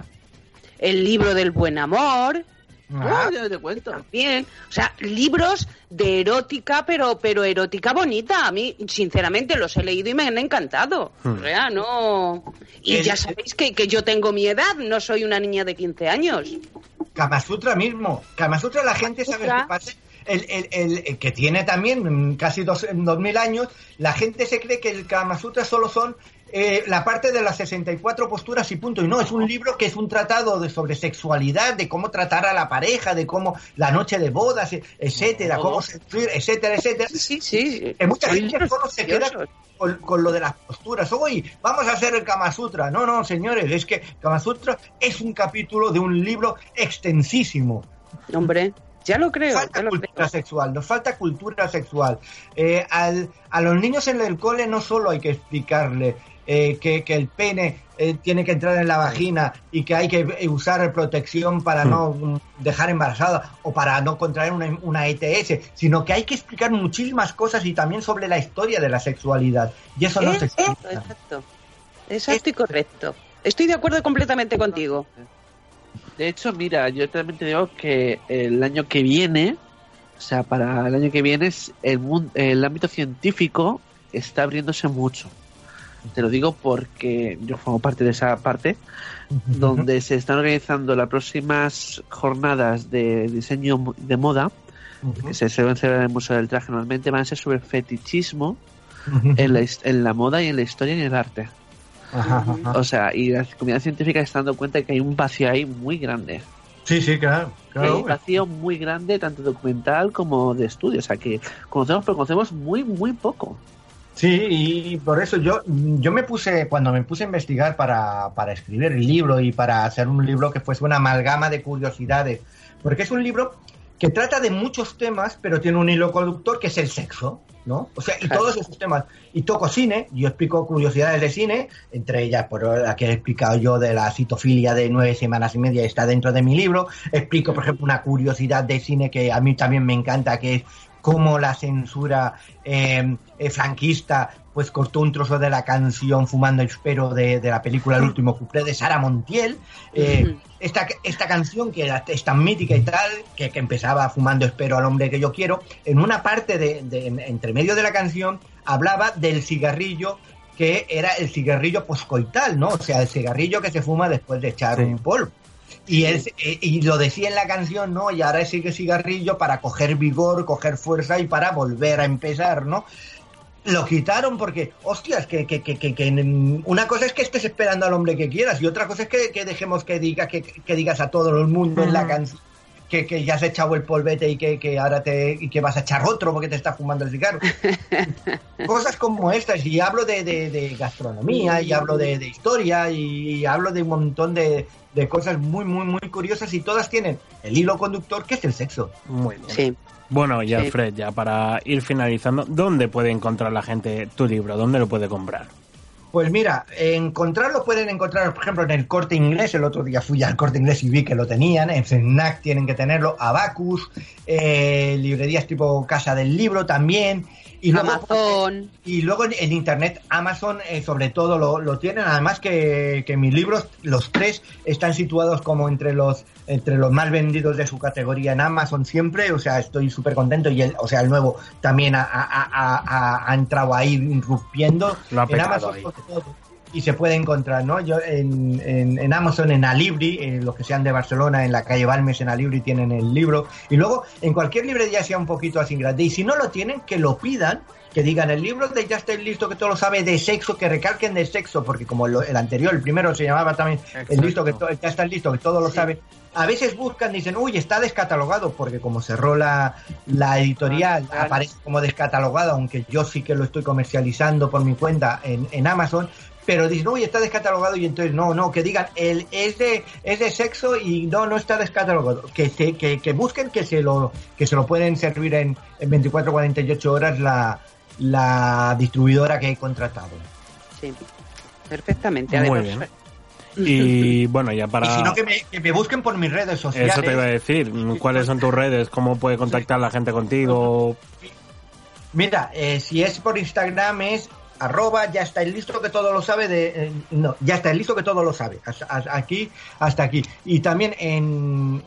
El libro del buen amor. Ah, ya te cuento. También, o sea, libros de erótica, pero pero erótica bonita. A mí, sinceramente, los he leído y me han encantado. Hmm. O sea, no. Y el, ya sabéis que, que yo tengo mi edad, no soy una niña de quince años. Kama Sutra mismo. Kama Sutra, la gente sabe qué pasa. El, el, el, el que tiene también casi dos, dos mil años, la gente se cree que el Kama Sutra solo son eh, la parte de las sesenta y cuatro posturas y punto. Y no, es un libro que es un tratado de, sobre sexualidad, de cómo tratar a la pareja, de cómo la noche de bodas, etcétera, cómo seducir, etcétera, etcétera. Sí, sí. Que mucha gente solo se queda con, con lo de las posturas. Hoy vamos a hacer el Kama Sutra. No, no, señores, es que Kama Sutra es un capítulo de un libro extensísimo. Hombre, ya lo creo. Falta ya lo cultura creo. sexual, nos falta cultura sexual. Eh, al, a los niños en el cole no solo hay que explicarle eh, que, que el pene eh, tiene que entrar en la vagina y que hay que usar protección para no dejar embarazada o para no contraer una, una E T S, sino que hay que explicar muchísimas cosas y también sobre la historia de la sexualidad. Y eso no se explica. Exacto, exacto. Exacto y correcto. Estoy de acuerdo completamente contigo. De hecho, mira, yo también te digo que el año que viene, o sea, para el año que viene, el, mundo, el ámbito científico está abriéndose mucho. Te lo digo porque yo formo parte de esa parte, donde se están organizando las próximas jornadas de diseño de moda, que se suelen celebrar en el Museo del Traje normalmente, van a ser sobre fetichismo en la, en la moda y en la historia y en el arte. Ajá, ajá. O sea, y la comunidad científica está dando cuenta de que hay un vacío ahí muy grande. Sí, sí, claro. claro. Hay un vacío muy grande, tanto documental como de estudio. O sea, que conocemos, pero conocemos muy, muy poco. Sí, y por eso yo, yo me puse, cuando me puse a investigar para, para escribir el libro y para hacer un libro que fuese una amalgama de curiosidades, porque es un libro que trata de muchos temas, pero tiene un hilo conductor que es el sexo, ¿no? O sea, y todos esos temas. Y toco cine, yo explico curiosidades de cine, entre ellas, por la que he explicado yo de la citofilia de nueve semanas y media, está dentro de mi libro. Explico, por ejemplo, una curiosidad de cine que a mí también me encanta, que es cómo la censura eh, eh, franquista pues cortó un trozo de la canción Fumando Espero de, de la película El último cuplé de Sara Montiel. Eh, esta, esta canción que era, es tan mítica y tal, que, que empezaba Fumando Espero al hombre que yo quiero, en una parte de, de entre medio de la canción hablaba del cigarrillo, que era el cigarrillo poscoital, ¿no? O sea, el cigarrillo que se fuma después de echar sí. un polvo. Y él y lo decía en la canción, ¿no? Y ahora sigue cigarrillo para coger vigor, coger fuerza y para volver a empezar, ¿no? Lo quitaron porque, hostias, que, que, que, que, que una cosa es que estés esperando al hombre que quieras y otra cosa es que, que dejemos que digas que, que digas a todo el mundo en la canción que, que ya has echado el polvete y que, que ahora te y que vas a echar otro porque te está fumando el cigarro. Cosas como estas, y hablo de, de, de gastronomía, y hablo de, de historia, y, y hablo de un montón de, de cosas muy, muy, muy curiosas, y todas tienen el hilo conductor que es el sexo. Muy bien. Sí. Bueno, y Sí. Alfred, ya para ir finalizando, ¿dónde puede encontrar la gente tu libro? ¿Dónde lo puede comprar? Pues mira, encontrarlo pueden encontrar, por ejemplo, en el Corte Inglés. El otro día fui al Corte Inglés y vi que lo tenían. En FNAC tienen que tenerlo. Abacus, eh, librerías tipo Casa del Libro también. Y luego, Amazon. Y luego en, en Internet, Amazon eh, sobre todo lo, lo tienen. Además que, que mis libros, los tres, están situados como entre los entre los más vendidos de su categoría en Amazon siempre. O sea, estoy súper contento. Y el, o sea, el nuevo también ha, ha, ha, ha, ha entrado ahí irrumpiendo. Lo ha En petado Amazon ahí. sobre todo. Y se puede encontrar, ¿no? Yo en, en, en Amazon, en Alibri, en los que sean de Barcelona, en la calle Balmes, en Alibri tienen el libro. Y luego, en cualquier librería sea un poquito así grande. Y si no lo tienen, que lo pidan, que digan el libro de Ya está listo, que todo lo sabe de sexo, que recalquen de sexo, porque como lo- el anterior, el primero se llamaba también el listo, que to- Ya está listo, que todo lo sabe. A veces buscan, dicen, uy, está descatalogado, porque como cerró la, la editorial, Ah, aparece como descatalogado, aunque yo sí que lo estoy comercializando por mi cuenta en, en Amazon. Pero dicen, uy, está descatalogado, y entonces no, no, que digan, el, es de es de sexo y no, no está descatalogado. Que se, que, que busquen que se lo que se lo pueden servir en, en veinticuatro a cuarenta y ocho horas la, la distribuidora que he contratado. Sí, perfectamente. Muy Además, bien. Y bueno, ya para... Y si no, que me, que me busquen por mis redes sociales. Eso te iba a decir. ¿Cuáles son tus redes? ¿Cómo puede contactar la gente contigo? Mira, eh, si es por Instagram es arroba ya está listo que todo lo sabe de eh, no ya está listo que todo lo sabe hasta, hasta aquí hasta aquí y también en,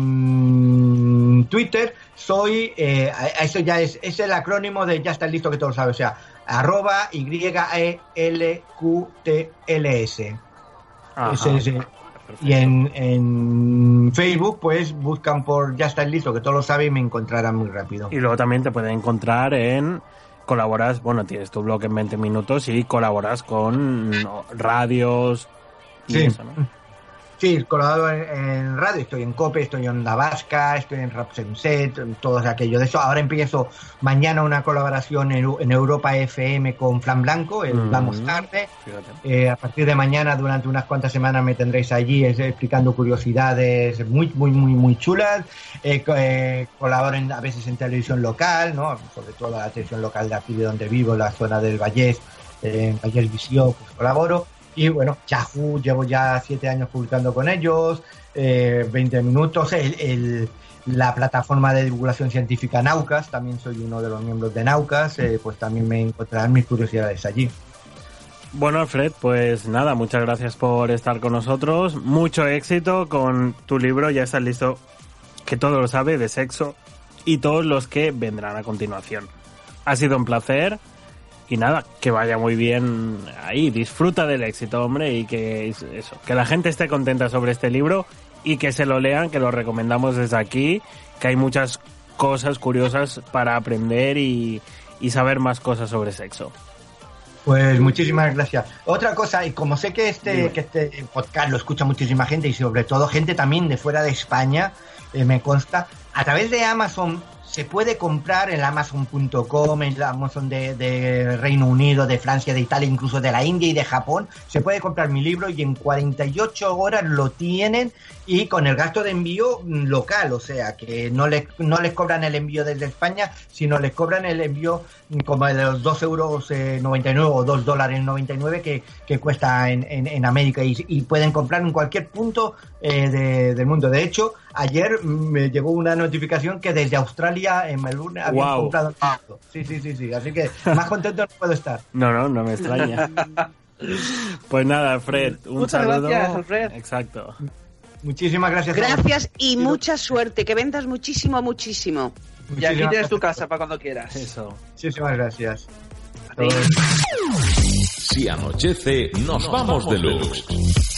en Twitter soy eh, eso ya es es el acrónimo de ya está listo que todo lo sabe, o sea, arroba y e l q t l s. Ajá. Ese es, eh, y en, en Facebook pues buscan por ya está listo que todo lo sabe y me encontrarán muy rápido. Y luego también te pueden encontrar en colaboras, bueno, tienes tu blog en veinte minutos y colaboras con no, radios y Sí. eso, ¿no? Sí, colado en, en radio, estoy en COPE, estoy en Onda Vasca, estoy en Rap Senset, en todo aquello de eso. Ahora empiezo mañana una colaboración en, en Europa F M con Flan Blanco, el Mm. Vamos Tarde. Fíjate. Eh, a partir de mañana, durante unas cuantas semanas, me tendréis allí eh, explicando curiosidades muy, muy, muy, muy chulas. Eh, co- eh, colaboro en- a veces en televisión local, ¿no? Sobre todo la televisión local de aquí de donde vivo, la zona del Vallés, eh, en Vallés Visión, pues colaboro. Y bueno, Yahoo, llevo ya siete años publicando con ellos, eh, veinte minutos, el, el- la plataforma de divulgación científica Naucas, también soy uno de los miembros de Naucas, eh, pues también me encontrarán mis curiosidades allí. Bueno, Alfred, pues nada, muchas gracias por estar con nosotros. Mucho éxito con tu libro, ya estás listo, que todo lo sabe, de sexo y todos los que vendrán a continuación. Ha sido un placer y nada, que vaya muy bien ahí, disfruta del éxito, hombre, y que eso, que la gente esté contenta sobre este libro y que se lo lean, que lo recomendamos desde aquí, que hay muchas cosas curiosas para aprender y, y saber más cosas sobre sexo. Pues muchísimas gracias. Otra cosa, y como sé que este, Dime. que este podcast lo escucha muchísima gente y sobre todo gente también de fuera de España, eh, me consta, a través de Amazon se puede comprar en amazon punto com, en la Amazon de, de Reino Unido, de Francia, de Italia, incluso de la India y de Japón, se puede comprar mi libro y en cuarenta y ocho horas lo tienen y con el gasto de envío mm, local, o sea que no les, no les cobran el envío desde España, sino les cobran el envío mm, como de los dos euros noventa y nueve o dos dólares noventa y nueve que, que cuesta en, en, en América y, y pueden comprar en cualquier punto eh, de, del mundo. De hecho, ayer me llegó una notificación que desde Australia en Melbourne habían Guau. comprado el libro. Sí, sí, sí, sí. Así que más contento no puedo estar. No, no, no me extraña. Pues nada, Alfred, un Muchas saludo. gracias, Alfred. Exacto. Muchísimas gracias. a Gracias y Sí, mucha suerte, que vendas muchísimo, muchísimo. vosotros. Y aquí Muchísimas tienes tu gracias. casa para cuando quieras. Eso. Muchísimas gracias. A ti. Si anochece, nos vamos de luz.